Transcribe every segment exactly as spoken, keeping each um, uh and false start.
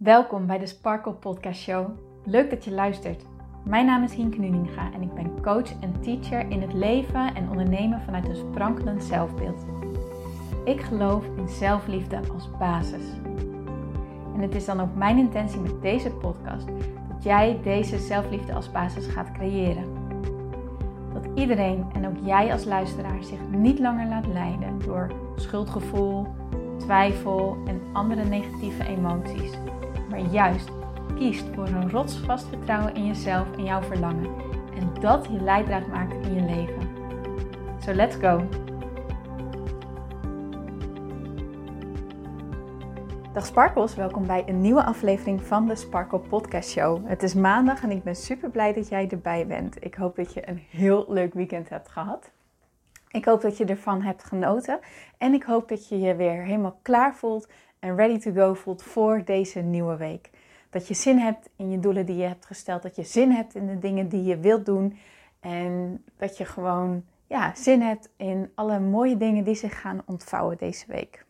Welkom bij de Sparkle Podcast Show. Leuk dat je luistert. Mijn naam is Hienke Nuninga en ik ben coach en teacher in het leven en ondernemen vanuit een sprankelend zelfbeeld. Ik geloof in zelfliefde als basis. En het is dan ook mijn intentie met deze podcast dat jij deze zelfliefde als basis gaat creëren. Dat iedereen en ook jij als luisteraar zich niet langer laat leiden door schuldgevoel, twijfel en andere negatieve emoties. Maar juist kiest voor een rotsvast vertrouwen in jezelf en jouw verlangen. En dat je leidraad maakt in je leven. So let's go! Dag Sparkles, welkom bij een nieuwe aflevering van de Sparkle Podcast Show. Het is maandag en ik ben super blij dat jij erbij bent. Ik hoop dat je een heel leuk weekend hebt gehad. Ik hoop dat je ervan hebt genoten. En ik hoop dat je je weer helemaal klaar voelt en ready to go voelt voor deze nieuwe week. Dat je zin hebt in je doelen die je hebt gesteld. Dat je zin hebt in de dingen die je wilt doen. En dat je gewoon ja, zin hebt in alle mooie dingen die zich gaan ontvouwen deze week.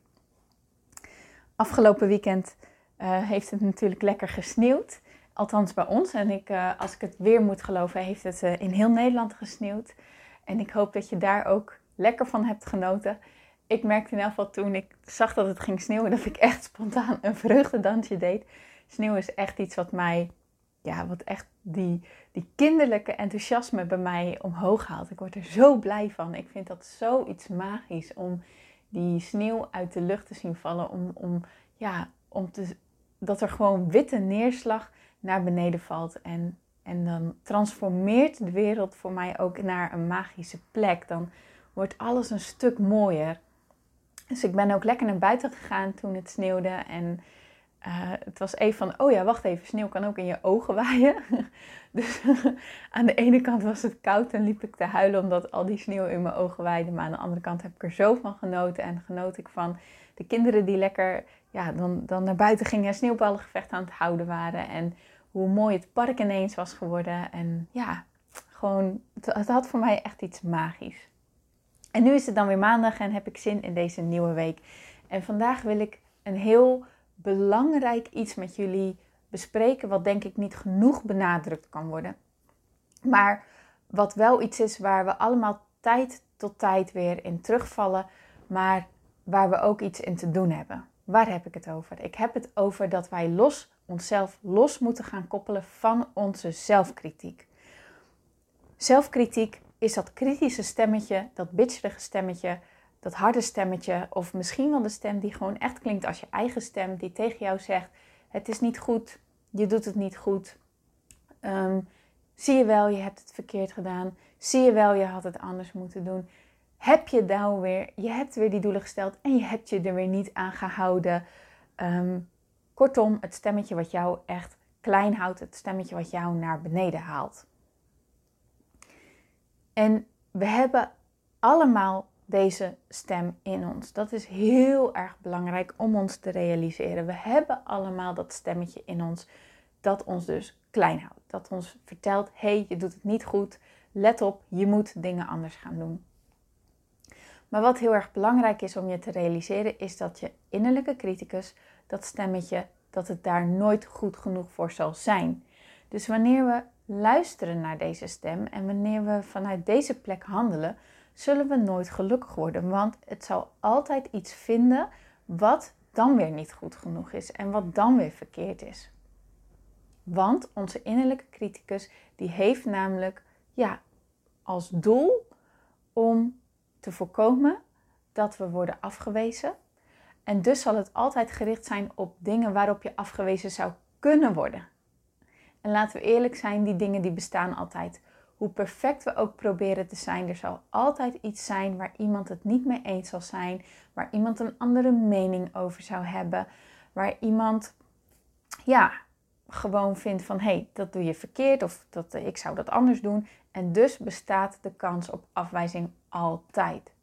Afgelopen weekend uh, heeft het natuurlijk lekker gesneeuwd. Althans bij ons. En ik, uh, als ik het weer moet geloven, heeft het uh, in heel Nederland gesneeuwd. En ik hoop dat je daar ook lekker van hebt genoten. Ik merkte in elk geval toen ik zag dat het ging sneeuwen, dat ik echt spontaan een vreugdedansje deed. Sneeuw is echt iets wat mij, ja, wat echt die, die kinderlijke enthousiasme bij mij omhoog haalt. Ik word er zo blij van. Ik vind dat zoiets magisch om die sneeuw uit de lucht te zien vallen. Om, om, ja, om te, dat er gewoon witte neerslag naar beneden valt. En, en dan transformeert de wereld voor mij ook naar een magische plek. Dan wordt alles een stuk mooier. Dus ik ben ook lekker naar buiten gegaan toen het sneeuwde. En uh, het was even van, oh ja, wacht even, sneeuw kan ook in je ogen waaien. Dus aan de ene kant was het koud en liep ik te huilen omdat al die sneeuw in mijn ogen waaide. Maar aan de andere kant heb ik er zo van genoten. En genoot ik van de kinderen die lekker ja, dan, dan naar buiten gingen en sneeuwballengevecht aan het houden waren. En hoe mooi het park ineens was geworden. En ja, gewoon, het, het had voor mij echt iets magisch. En nu is het dan weer maandag en heb ik zin in deze nieuwe week. En vandaag wil ik een heel belangrijk iets met jullie bespreken, wat denk ik niet genoeg benadrukt kan worden. Maar wat wel iets is waar we allemaal tijd tot tijd weer in terugvallen, maar waar we ook iets in te doen hebben. Waar heb ik het over? Ik heb het over dat wij los, onszelf los moeten gaan koppelen van onze zelfkritiek. Zelfkritiek is dat kritische stemmetje, dat bitcherige stemmetje, dat harde stemmetje, of misschien wel de stem die gewoon echt klinkt als je eigen stem, die tegen jou zegt, het is niet goed, je doet het niet goed, um, zie je wel, je hebt het verkeerd gedaan, zie je wel, je had het anders moeten doen. Heb je nou weer, je hebt weer die doelen gesteld en je hebt je er weer niet aan gehouden. Um, kortom, het stemmetje wat jou echt klein houdt, het stemmetje wat jou naar beneden haalt. En we hebben allemaal deze stem in ons. Dat is heel erg belangrijk om ons te realiseren. We hebben allemaal dat stemmetje in ons dat ons dus klein houdt. Dat ons vertelt, hé, hey, je doet het niet goed. Let op, je moet dingen anders gaan doen. Maar wat heel erg belangrijk is om je te realiseren, is dat je innerlijke criticus, dat stemmetje, dat het daar nooit goed genoeg voor zal zijn. Dus wanneer we luisteren naar deze stem en wanneer we vanuit deze plek handelen, zullen we nooit gelukkig worden. Want het zal altijd iets vinden wat dan weer niet goed genoeg is en wat dan weer verkeerd is. Want onze innerlijke criticus die heeft namelijk ja, als doel om te voorkomen dat we worden afgewezen. En dus zal het altijd gericht zijn op dingen waarop je afgewezen zou kunnen worden. En laten we eerlijk zijn, die dingen die bestaan altijd. Hoe perfect we ook proberen te zijn, er zal altijd iets zijn waar iemand het niet mee eens zal zijn. Waar iemand een andere mening over zou hebben. Waar iemand ja, gewoon vindt van, hé, hey, dat doe je verkeerd of dat, ik zou dat anders doen. En dus bestaat de kans op afwijzing altijd.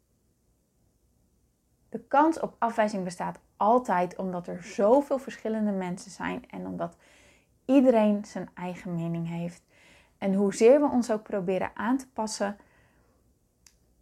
De kans op afwijzing bestaat altijd omdat er zoveel verschillende mensen zijn en omdat iedereen zijn eigen mening heeft. En hoezeer we ons ook proberen aan te passen,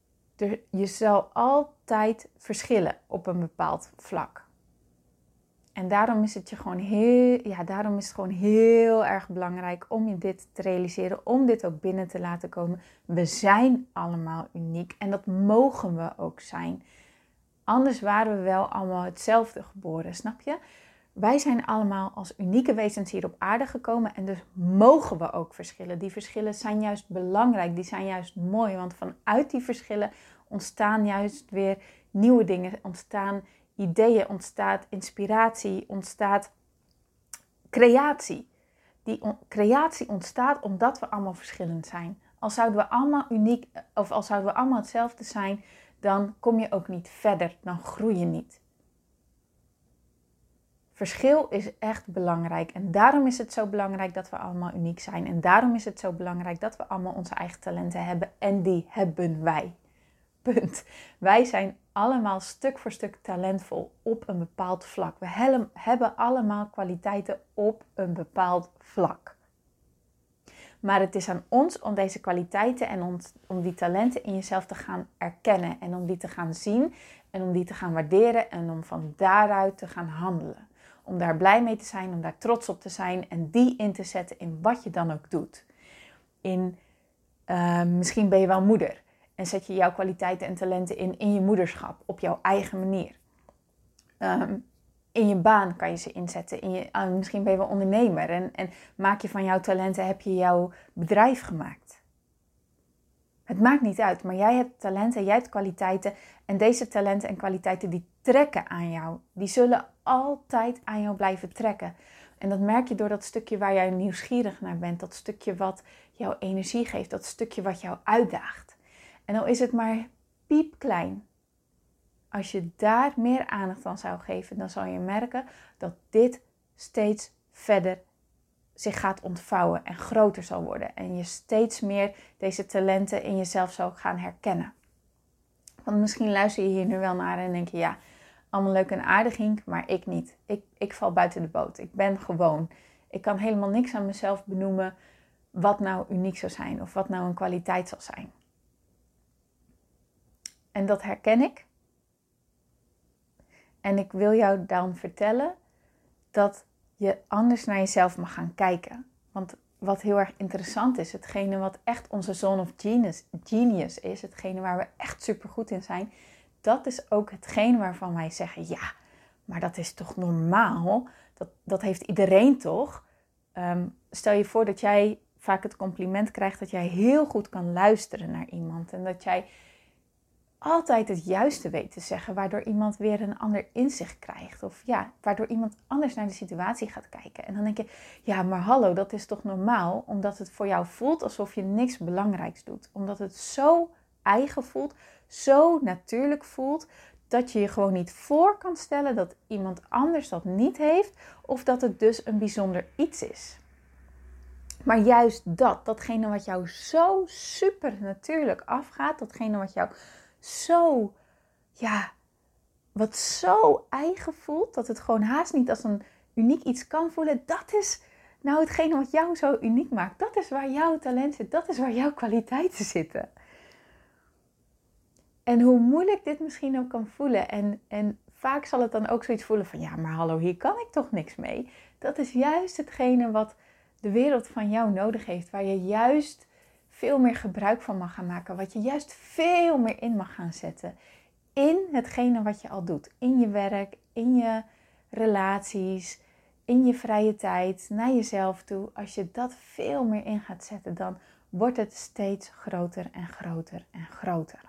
er, je zal altijd verschillen op een bepaald vlak. En daarom is het je gewoon heel, ja, daarom is het gewoon heel erg belangrijk om je dit te realiseren, om dit ook binnen te laten komen. We zijn allemaal uniek en dat mogen we ook zijn. Anders waren we wel allemaal hetzelfde geboren, snap je? Wij zijn allemaal als unieke wezens hier op aarde gekomen en dus mogen we ook verschillen. Die verschillen zijn juist belangrijk, die zijn juist mooi, want vanuit die verschillen ontstaan juist weer nieuwe dingen, ontstaan ideeën, ontstaat inspiratie, ontstaat creatie. Die on- creatie ontstaat omdat we allemaal verschillend zijn. Als zouden we allemaal uniek, of als zouden we allemaal hetzelfde zijn, dan kom je ook niet verder, dan groei je niet. Verschil is echt belangrijk en daarom is het zo belangrijk dat we allemaal uniek zijn. En daarom is het zo belangrijk dat we allemaal onze eigen talenten hebben en die hebben wij. Punt. Wij zijn allemaal stuk voor stuk talentvol op een bepaald vlak. We hebben allemaal kwaliteiten op een bepaald vlak. Maar het is aan ons om deze kwaliteiten en om, om die talenten in jezelf te gaan erkennen. En om die te gaan zien en om die te gaan waarderen en om van daaruit te gaan handelen. Om daar blij mee te zijn, om daar trots op te zijn en die in te zetten in wat je dan ook doet. In, uh, misschien ben je wel moeder en zet je jouw kwaliteiten en talenten in in je moederschap op jouw eigen manier. Um, in je baan kan je ze inzetten. In je, uh, misschien ben je wel ondernemer en, en maak je van jouw talenten, heb je jouw bedrijf gemaakt. Het maakt niet uit, maar jij hebt talenten, jij hebt kwaliteiten en deze talenten en kwaliteiten die trekken aan jou. Die zullen altijd aan jou blijven trekken. En dat merk je door dat stukje waar jij nieuwsgierig naar bent, dat stukje wat jouw energie geeft, dat stukje wat jou uitdaagt. En dan is het maar piepklein. Als je daar meer aandacht aan zou geven, dan zal je merken dat dit steeds verder zich gaat ontvouwen en groter zal worden. En je steeds meer deze talenten in jezelf zal gaan herkennen. Want misschien luister je hier nu wel naar en denk je, ja, allemaal leuk en aardig Hink, maar ik niet. Ik, ik val buiten de boot. Ik ben gewoon. Ik kan helemaal niks aan mezelf benoemen wat nou uniek zou zijn of wat nou een kwaliteit zal zijn. En dat herken ik. En ik wil jou dan vertellen dat je anders naar jezelf mag gaan kijken. Want wat heel erg interessant is, hetgene wat echt onze zone of genius, genius is, hetgene waar we echt supergoed in zijn, dat is ook hetgene waarvan wij zeggen, ja, maar dat is toch normaal? Dat, dat heeft iedereen toch? Um, stel je voor dat jij vaak het compliment krijgt dat jij heel goed kan luisteren naar iemand. En dat jij altijd het juiste weet te zeggen, waardoor iemand weer een ander inzicht krijgt. Of ja, waardoor iemand anders naar de situatie gaat kijken. En dan denk je, ja, maar hallo, dat is toch normaal? Omdat het voor jou voelt alsof je niks belangrijks doet. Omdat het zo eigen voelt, zo natuurlijk voelt, dat je je gewoon niet voor kan stellen dat iemand anders dat niet heeft. Of dat het dus een bijzonder iets is. Maar juist dat, datgene wat jou zo super natuurlijk afgaat, datgene wat jou zo, ja, wat zo eigen voelt, dat het gewoon haast niet als een uniek iets kan voelen, dat is nou hetgene wat jou zo uniek maakt. Dat is waar jouw talent zit, dat is waar jouw kwaliteiten zitten. En hoe moeilijk dit misschien ook kan voelen, en, en vaak zal het dan ook zoiets voelen van, ja, maar hallo, hier kan ik toch niks mee. Dat is juist hetgene wat de wereld van jou nodig heeft, waar je juist veel meer gebruik van mag gaan maken. Wat je juist veel meer in mag gaan zetten. In hetgene wat je al doet. In je werk, in je relaties, in je vrije tijd, naar jezelf toe. Als je dat veel meer in gaat zetten, dan wordt het steeds groter en groter en groter.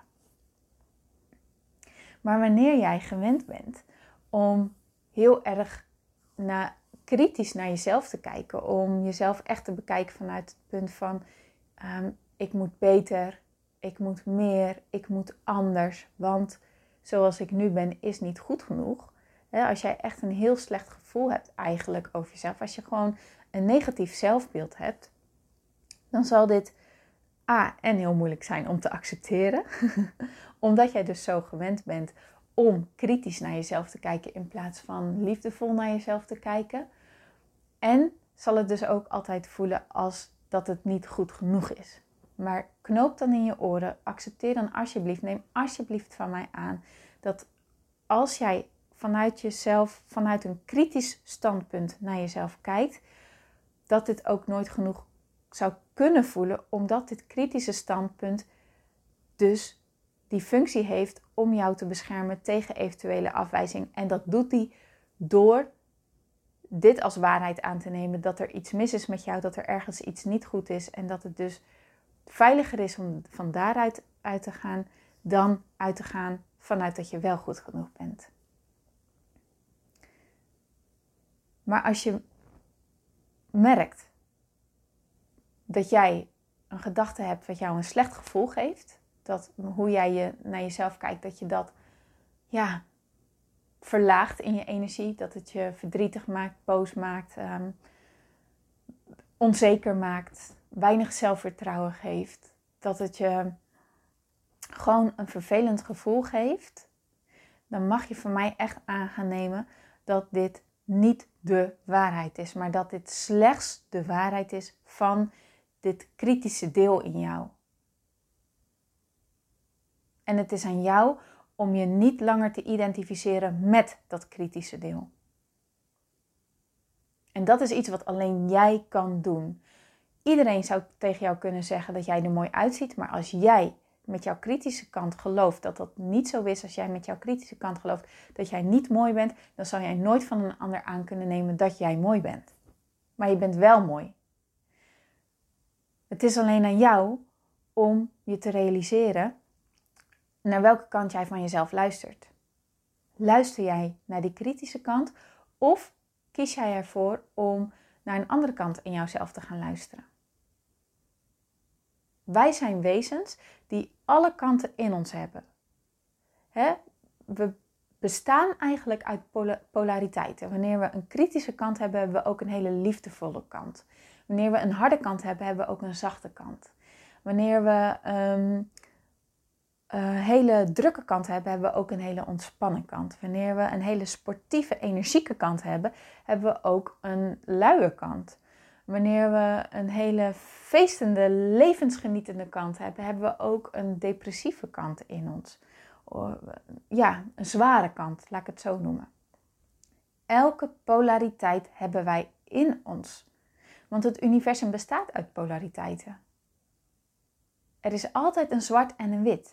Maar wanneer jij gewend bent om heel erg naar, kritisch naar jezelf te kijken. Om jezelf echt te bekijken vanuit het punt van Um, ik moet beter, ik moet meer, ik moet anders, want zoals ik nu ben is niet goed genoeg. He, als jij echt een heel slecht gevoel hebt eigenlijk over jezelf, als je gewoon een negatief zelfbeeld hebt, dan zal dit A, en heel moeilijk zijn om te accepteren, omdat jij dus zo gewend bent om kritisch naar jezelf te kijken in plaats van liefdevol naar jezelf te kijken. En zal het dus ook altijd voelen als dat het niet goed genoeg is. Maar knoop dan in je oren, accepteer dan alsjeblieft, neem alsjeblieft van mij aan, dat als jij vanuit jezelf, vanuit een kritisch standpunt naar jezelf kijkt, dat dit ook nooit genoeg zou kunnen voelen, omdat dit kritische standpunt dus die functie heeft om jou te beschermen tegen eventuele afwijzing. En dat doet die door dit als waarheid aan te nemen, dat er iets mis is met jou, dat er ergens iets niet goed is en dat het dus veiliger is om van daaruit uit te gaan dan uit te gaan vanuit dat je wel goed genoeg bent. Maar als je merkt dat jij een gedachte hebt wat jou een slecht gevoel geeft, dat hoe jij je naar jezelf kijkt, dat je dat ja, verlaagt in je energie, dat het je verdrietig maakt, boos maakt, um, onzeker maakt, weinig zelfvertrouwen geeft, dat het je gewoon een vervelend gevoel geeft, dan mag je van mij echt aan gaan nemen dat dit niet de waarheid is, maar dat dit slechts de waarheid is van dit kritische deel in jou. En het is aan jou om je niet langer te identificeren met dat kritische deel. En dat is iets wat alleen jij kan doen. Iedereen zou tegen jou kunnen zeggen dat jij er mooi uitziet, maar als jij met jouw kritische kant gelooft dat dat niet zo is, als jij met jouw kritische kant gelooft dat jij niet mooi bent, dan zal jij nooit van een ander aan kunnen nemen dat jij mooi bent. Maar je bent wel mooi. Het is alleen aan jou om je te realiseren naar welke kant jij van jezelf luistert. Luister jij naar die kritische kant of kies jij ervoor om naar een andere kant in jouzelf te gaan luisteren? Wij zijn wezens die alle kanten in ons hebben. Hè? We bestaan eigenlijk uit polariteiten. Wanneer we een kritische kant hebben, hebben we ook een hele liefdevolle kant. Wanneer we een harde kant hebben, hebben we ook een zachte kant. Wanneer we een um, uh, hele drukke kant hebben, hebben we ook een hele ontspannen kant. Wanneer we een hele sportieve, energieke kant hebben, hebben we ook een luie kant. Wanneer we een hele feestende, levensgenietende kant hebben, hebben we ook een depressieve kant in ons. Ja, een zware kant, laat ik het zo noemen. Elke polariteit hebben wij in ons. Want het universum bestaat uit polariteiten. Er is altijd een zwart en een wit.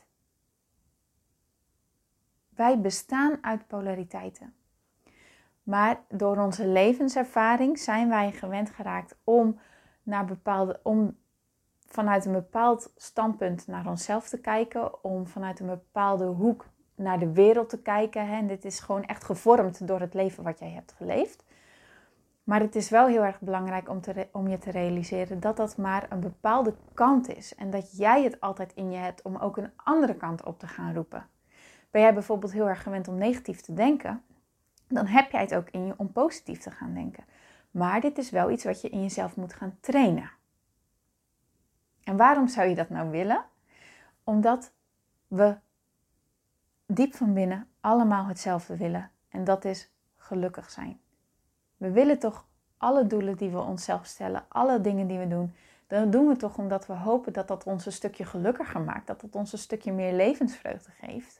Wij bestaan uit polariteiten. Maar door onze levenservaring zijn wij gewend geraakt om, naar bepaalde, om vanuit een bepaald standpunt naar onszelf te kijken. Om vanuit een bepaalde hoek naar de wereld te kijken. En dit is gewoon echt gevormd door het leven wat jij hebt geleefd. Maar het is wel heel erg belangrijk om, te, om je te realiseren dat dat maar een bepaalde kant is. En dat jij het altijd in je hebt om ook een andere kant op te gaan roepen. Ben jij bijvoorbeeld heel erg gewend om negatief te denken, dan heb jij het ook in je om positief te gaan denken. Maar dit is wel iets wat je in jezelf moet gaan trainen. En waarom zou je dat nou willen? Omdat we diep van binnen allemaal hetzelfde willen. En dat is gelukkig zijn. We willen toch alle doelen die we onszelf stellen, alle dingen die we doen, dan doen we toch omdat we hopen dat dat ons een stukje gelukkiger maakt. Dat dat ons een stukje meer levensvreugde geeft.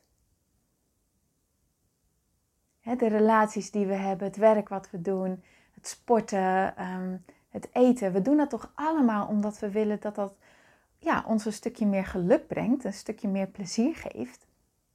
De relaties die we hebben, het werk wat we doen, het sporten, het eten. We doen dat toch allemaal omdat we willen dat dat ja, ons een stukje meer geluk brengt, een stukje meer plezier geeft.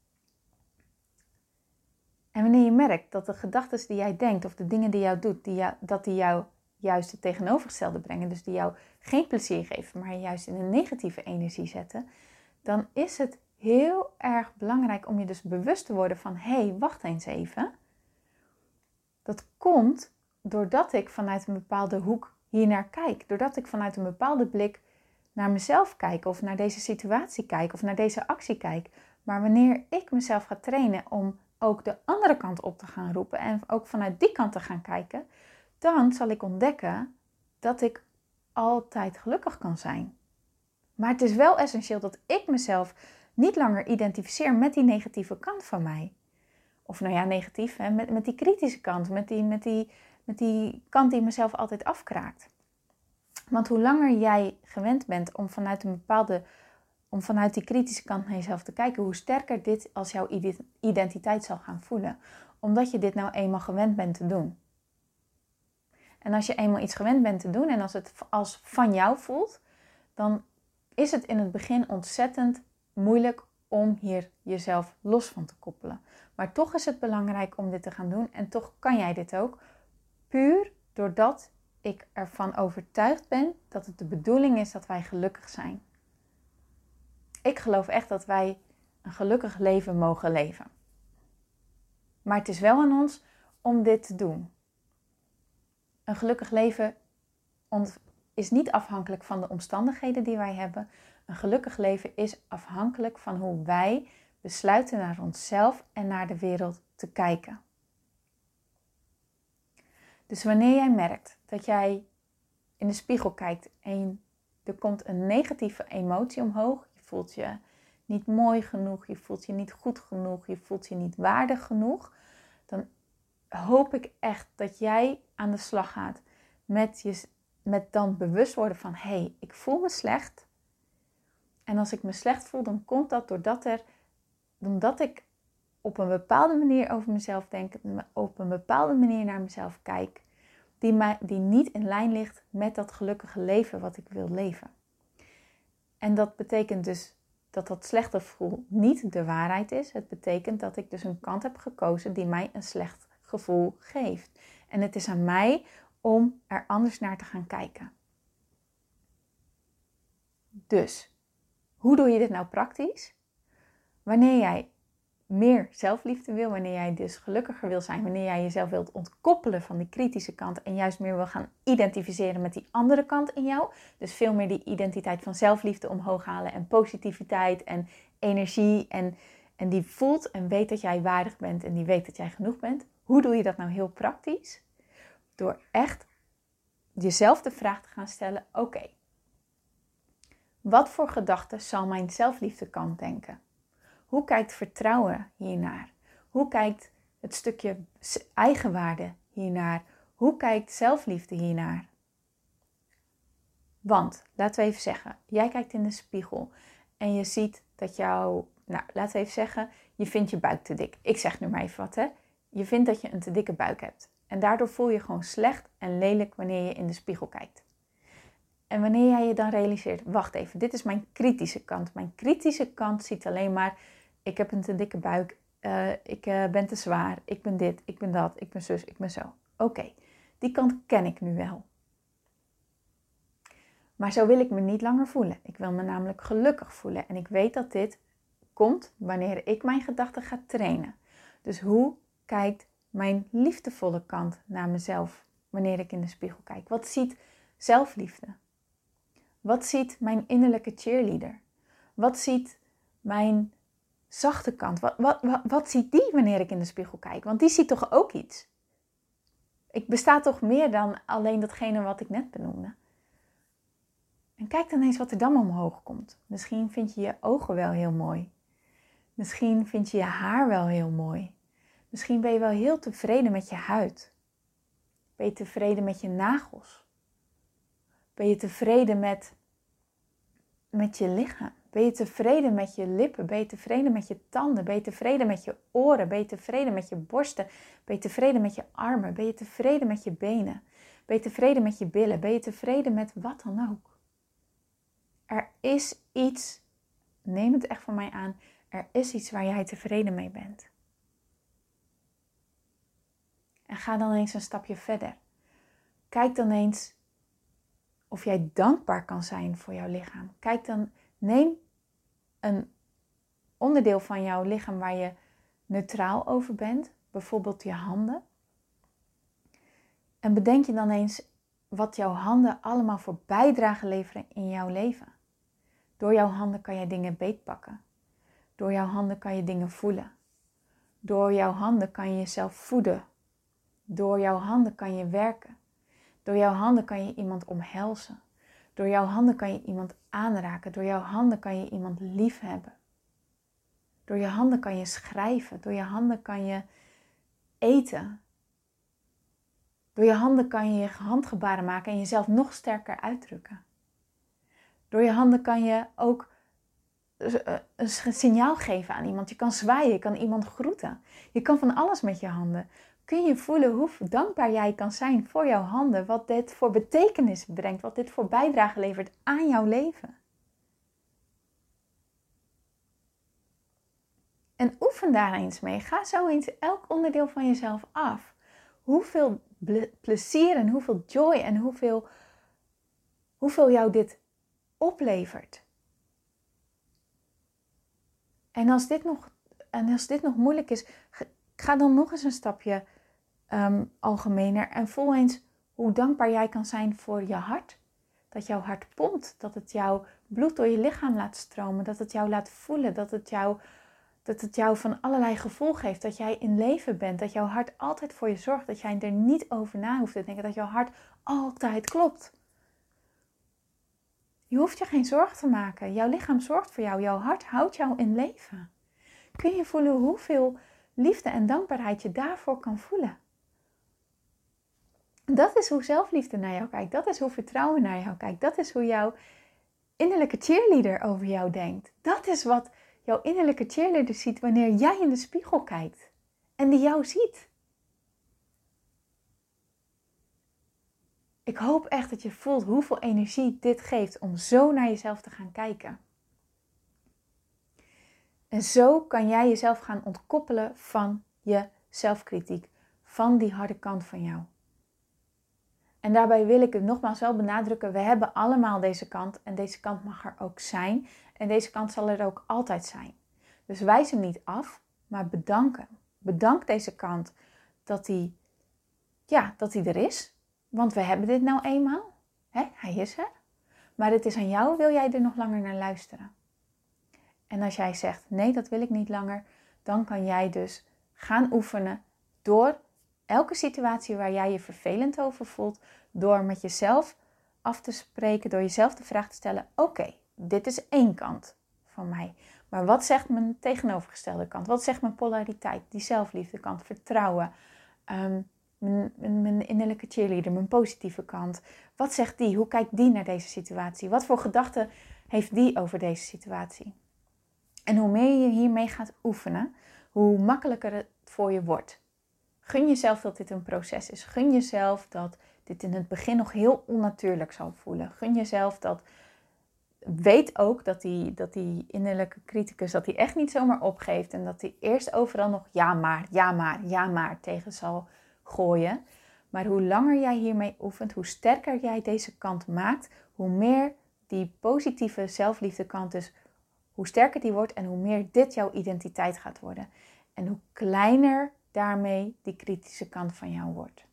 En wanneer je merkt dat de gedachten die jij denkt of de dingen die jou doet, die jou, dat die jou juist het tegenovergestelde brengen, dus die jou geen plezier geven, maar je juist in een negatieve energie zetten, dan is het heel erg belangrijk om je dus bewust te worden van, hé, hey, wacht eens even. Dat komt doordat ik vanuit een bepaalde hoek hier naar kijk. Doordat ik vanuit een bepaalde blik naar mezelf kijk of naar deze situatie kijk of naar deze actie kijk. Maar wanneer ik mezelf ga trainen om ook de andere kant op te gaan roepen en ook vanuit die kant te gaan kijken, dan zal ik ontdekken dat ik altijd gelukkig kan zijn. Maar het is wel essentieel dat ik mezelf niet langer identificeer met die negatieve kant van mij. Of nou ja, negatief, hè, met, met die kritische kant, met die, met, die, met die kant die mezelf altijd afkraakt. Want hoe langer jij gewend bent om vanuit een bepaalde, om vanuit die kritische kant naar jezelf te kijken, hoe sterker dit als jouw identiteit zal gaan voelen. Omdat je dit nou eenmaal gewend bent te doen. En als je eenmaal iets gewend bent te doen en als het als van jou voelt, dan is het in het begin ontzettend moeilijk om hier jezelf los van te koppelen. Maar toch is het belangrijk om dit te gaan doen en toch kan jij dit ook. Puur doordat ik ervan overtuigd ben dat het de bedoeling is dat wij gelukkig zijn. Ik geloof echt dat wij een gelukkig leven mogen leven. Maar het is wel aan ons om dit te doen. Een gelukkig leven is niet afhankelijk van de omstandigheden die wij hebben. Een gelukkig leven is afhankelijk van hoe wij besluiten naar onszelf en naar de wereld te kijken. Dus wanneer jij merkt dat jij in de spiegel kijkt en er komt een negatieve emotie omhoog, je voelt je niet mooi genoeg, je voelt je niet goed genoeg, je voelt je niet waardig genoeg, dan hoop ik echt dat jij aan de slag gaat met, je, met dan bewust worden van, hé, hey, ik voel me slecht. En als ik me slecht voel, dan komt dat doordat, er, omdat ik op een bepaalde manier over mezelf denk, op een bepaalde manier naar mezelf kijk, die, mij, die niet in lijn ligt met dat gelukkige leven wat ik wil leven. En dat betekent dus dat dat slechte gevoel niet de waarheid is. Het betekent dat ik dus een kant heb gekozen die mij een slecht gevoel geeft. En het is aan mij om er anders naar te gaan kijken. Dus, hoe doe je dit nou praktisch? Wanneer jij meer zelfliefde wil, wanneer jij dus gelukkiger wil zijn, wanneer jij jezelf wilt ontkoppelen van die kritische kant en juist meer wil gaan identificeren met die andere kant in jou, dus veel meer die identiteit van zelfliefde omhoog halen en positiviteit en energie en, en die voelt en weet dat jij waardig bent en die weet dat jij genoeg bent. Hoe doe je dat nou heel praktisch? Door echt jezelf de vraag te gaan stellen, oké, okay, wat voor gedachten zal mijn zelfliefdekant denken? Hoe kijkt vertrouwen hiernaar? Hoe kijkt het stukje eigenwaarde hiernaar? Hoe kijkt zelfliefde hiernaar? Want, laten we even zeggen, jij kijkt in de spiegel en je ziet dat jou, nou, laten we even zeggen, je vindt je buik te dik. Ik zeg nu maar even wat, hè. Je vindt dat je een te dikke buik hebt. En daardoor voel je gewoon slecht en lelijk wanneer je in de spiegel kijkt. En wanneer jij je dan realiseert, wacht even, dit is mijn kritische kant. Mijn kritische kant ziet alleen maar, ik heb een te dikke buik, uh, ik uh, ben te zwaar, ik ben dit, ik ben dat, ik ben zus, ik ben zo. Oké, okay, die kant ken ik nu wel. Maar zo wil ik me niet langer voelen. Ik wil me namelijk gelukkig voelen. En ik weet dat dit komt wanneer ik mijn gedachten ga trainen. Dus hoe kijkt mijn liefdevolle kant naar mezelf wanneer ik in de spiegel kijk? Wat ziet zelfliefde? Wat ziet mijn innerlijke cheerleader? Wat ziet mijn zachte kant? Wat, wat, wat, wat ziet die wanneer ik in de spiegel kijk? Want die ziet toch ook iets? Ik besta toch meer dan alleen datgene wat ik net benoemde. En kijk dan eens wat er dan omhoog komt. Misschien vind je je ogen wel heel mooi. Misschien vind je je haar wel heel mooi. Misschien ben je wel heel tevreden met je huid. Ben je tevreden met je nagels? Ben je tevreden met, met je lichaam? Ben je tevreden met je lippen? Ben je tevreden met je tanden? Ben je tevreden met je oren? Ben je tevreden met je borsten? Ben je tevreden met je armen? Ben je tevreden met je benen? Ben je tevreden met je billen? Ben je tevreden met wat dan ook? Er is iets, neem het echt van mij aan, er is iets waar jij tevreden mee bent. En ga dan eens een stapje verder. Kijk dan eens of jij dankbaar kan zijn voor jouw lichaam. Kijk dan, neem een onderdeel van jouw lichaam waar je neutraal over bent, bijvoorbeeld je handen. En bedenk je dan eens wat jouw handen allemaal voor bijdrage leveren in jouw leven. Door jouw handen kan je dingen beetpakken. Door jouw handen kan je dingen voelen. Door jouw handen kan je jezelf voeden. Door jouw handen kan je werken. Door jouw handen kan je iemand omhelzen. Door jouw handen kan je iemand aanraken. Door jouw handen kan je iemand liefhebben. Door je handen kan je schrijven. Door je handen kan je eten. Door je handen kan je je handgebaren maken en jezelf nog sterker uitdrukken. Door je handen kan je ook een signaal geven aan iemand. Je kan zwaaien, je kan iemand groeten. Je kan van alles met je handen. Kun je voelen hoe dankbaar jij kan zijn voor jouw handen. Wat dit voor betekenis brengt. Wat dit voor bijdrage levert aan jouw leven. En oefen daar eens mee. Ga zo eens elk onderdeel van jezelf af. Hoeveel plezier en hoeveel joy en hoeveel, hoeveel jou dit oplevert. En als dit nog, en als dit nog moeilijk is, ga dan nog eens een stapje um, algemener. En voel eens hoe dankbaar jij kan zijn voor je hart. Dat jouw hart pompt. Dat het jouw bloed door je lichaam laat stromen. Dat het jou laat voelen. Dat het jou... Dat het jou van allerlei gevoel geeft. Dat jij in leven bent. Dat jouw hart altijd voor je zorgt. Dat jij er niet over na hoeft te denken. Dat jouw hart altijd klopt. Je hoeft je geen zorgen te maken. Jouw lichaam zorgt voor jou. Jouw hart houdt jou in leven. Kun je voelen hoeveel liefde en dankbaarheid je daarvoor kan voelen? Dat is hoe zelfliefde naar jou kijkt. Dat is hoe vertrouwen naar jou kijkt. Dat is hoe jouw innerlijke cheerleader over jou denkt. Dat is wat jouw innerlijke cheerleader ziet wanneer jij in de spiegel kijkt. En die jou ziet. Ik hoop echt dat je voelt hoeveel energie dit geeft om zo naar jezelf te gaan kijken. En zo kan jij jezelf gaan ontkoppelen van je zelfkritiek. Van die harde kant van jou. En daarbij wil ik het nogmaals wel benadrukken. We hebben allemaal deze kant. En deze kant mag er ook zijn. En deze kant zal er ook altijd zijn. Dus wijs hem niet af. Maar bedank hem. Bedank deze kant dat hij, ja, dat hij er is. Want we hebben dit nou eenmaal. Hè? Hij is er. Maar het is aan jou. Wil jij er nog langer naar luisteren? En als jij zegt, nee, dat wil ik niet langer. Dan kan jij dus gaan oefenen door elke situatie waar jij je vervelend over voelt. Door met jezelf af te spreken. Door jezelf de vraag te stellen. Oké, okay, dit is één kant van mij. Maar wat zegt mijn tegenovergestelde kant? Wat zegt mijn polariteit? Die zelfliefde kant, vertrouwen. Um, mijn, mijn, mijn innerlijke cheerleader, mijn positieve kant. Wat zegt die? Hoe kijkt die naar deze situatie? Wat voor gedachten heeft die over deze situatie? En hoe meer je hiermee gaat oefenen, hoe makkelijker het voor je wordt. Gun jezelf dat dit een proces is. Gun jezelf dat dit in het begin nog heel onnatuurlijk zal voelen. Gun jezelf dat... Weet ook dat die, dat die innerlijke criticus dat hij echt niet zomaar opgeeft. En dat hij eerst overal nog ja maar, ja maar, ja maar tegen zal gooien. Maar hoe langer jij hiermee oefent, hoe sterker jij deze kant maakt. Hoe meer die positieve zelfliefde kant is, hoe sterker die wordt. En hoe meer dit jouw identiteit gaat worden. En hoe kleiner daarmee die kritische kant van jou wordt.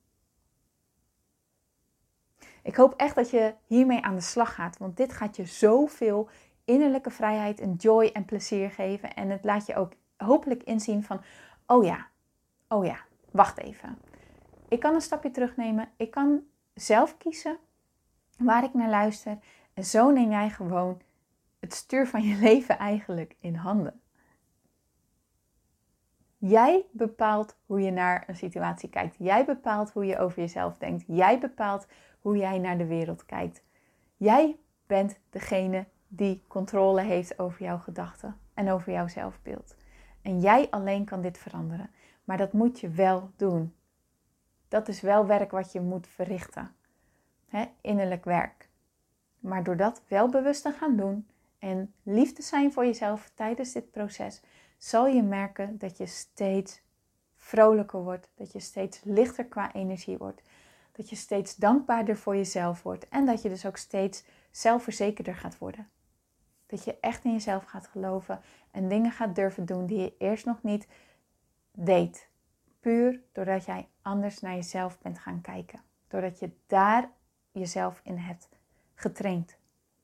Ik hoop echt dat je hiermee aan de slag gaat. Want dit gaat je zoveel innerlijke vrijheid en joy en plezier geven. En het laat je ook hopelijk inzien van... Oh ja, oh ja, wacht even. Ik kan een stapje terugnemen. Ik kan zelf kiezen waar ik naar luister. En zo neem jij gewoon het stuur van je leven eigenlijk in handen. Jij bepaalt hoe je naar een situatie kijkt. Jij bepaalt hoe je over jezelf denkt. Jij bepaalt hoe jij naar de wereld kijkt. Jij bent degene die controle heeft over jouw gedachten en over jouw zelfbeeld. En jij alleen kan dit veranderen. Maar dat moet je wel doen. Dat is wel werk wat je moet verrichten. He, innerlijk werk. Maar door dat wel bewust te gaan doen en lief te zijn voor jezelf tijdens dit proces, zal je merken dat je steeds vrolijker wordt. Dat je steeds lichter qua energie wordt. Dat je steeds dankbaarder voor jezelf wordt. En dat je dus ook steeds zelfverzekerder gaat worden. Dat je echt in jezelf gaat geloven. En dingen gaat durven doen die je eerst nog niet deed. Puur doordat jij anders naar jezelf bent gaan kijken. Doordat je daar jezelf in hebt getraind.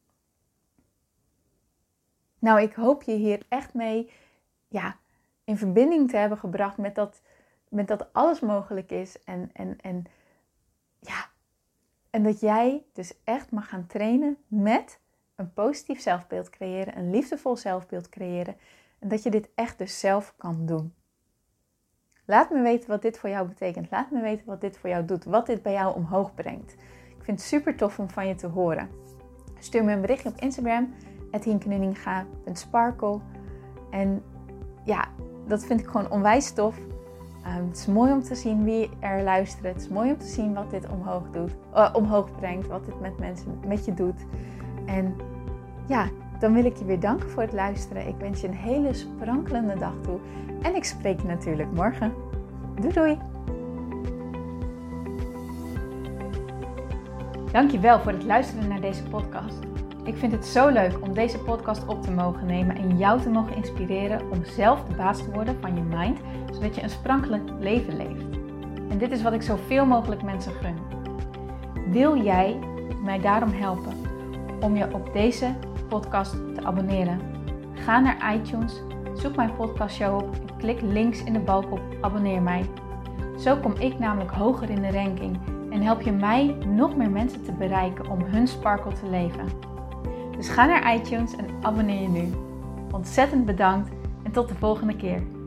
Nou, ik hoop je hier echt mee ja, in verbinding te hebben gebracht met dat, met dat alles mogelijk is. En, en, en, ja, en dat jij dus echt mag gaan trainen met een positief zelfbeeld creëren. Een liefdevol zelfbeeld creëren. En dat je dit echt dus zelf kan doen. Laat me weten wat dit voor jou betekent. Laat me weten wat dit voor jou doet. Wat dit bij jou omhoog brengt. Ik vind het super tof om van je te horen. Stuur me een berichtje op Instagram. at hinkenuninga punt sparkle. En ja, dat vind ik gewoon onwijs tof. Um, het is mooi om te zien wie er luistert. Het is mooi om te zien wat dit omhoog, doet, uh, omhoog brengt. Wat dit met mensen met je doet. En ja, dan wil ik je weer danken voor het luisteren. Ik wens je een hele sprankelende dag toe. En ik spreek je natuurlijk morgen. Doei doei! Dankjewel voor het luisteren naar deze podcast. Ik vind het zo leuk om deze podcast op te mogen nemen en jou te mogen inspireren om zelf de baas te worden van je mind, zodat je een sprankelend leven leeft. En dit is wat ik zoveel mogelijk mensen gun. Wil jij mij daarom helpen om je op deze podcast te abonneren? Ga naar iTunes, zoek mijn podcastshow op en klik links in de balk op abonneer mij. Zo kom ik namelijk hoger in de ranking en help je mij nog meer mensen te bereiken om hun sparkle te leven. Dus ga naar iTunes en abonneer je nu. Ontzettend bedankt en tot de volgende keer.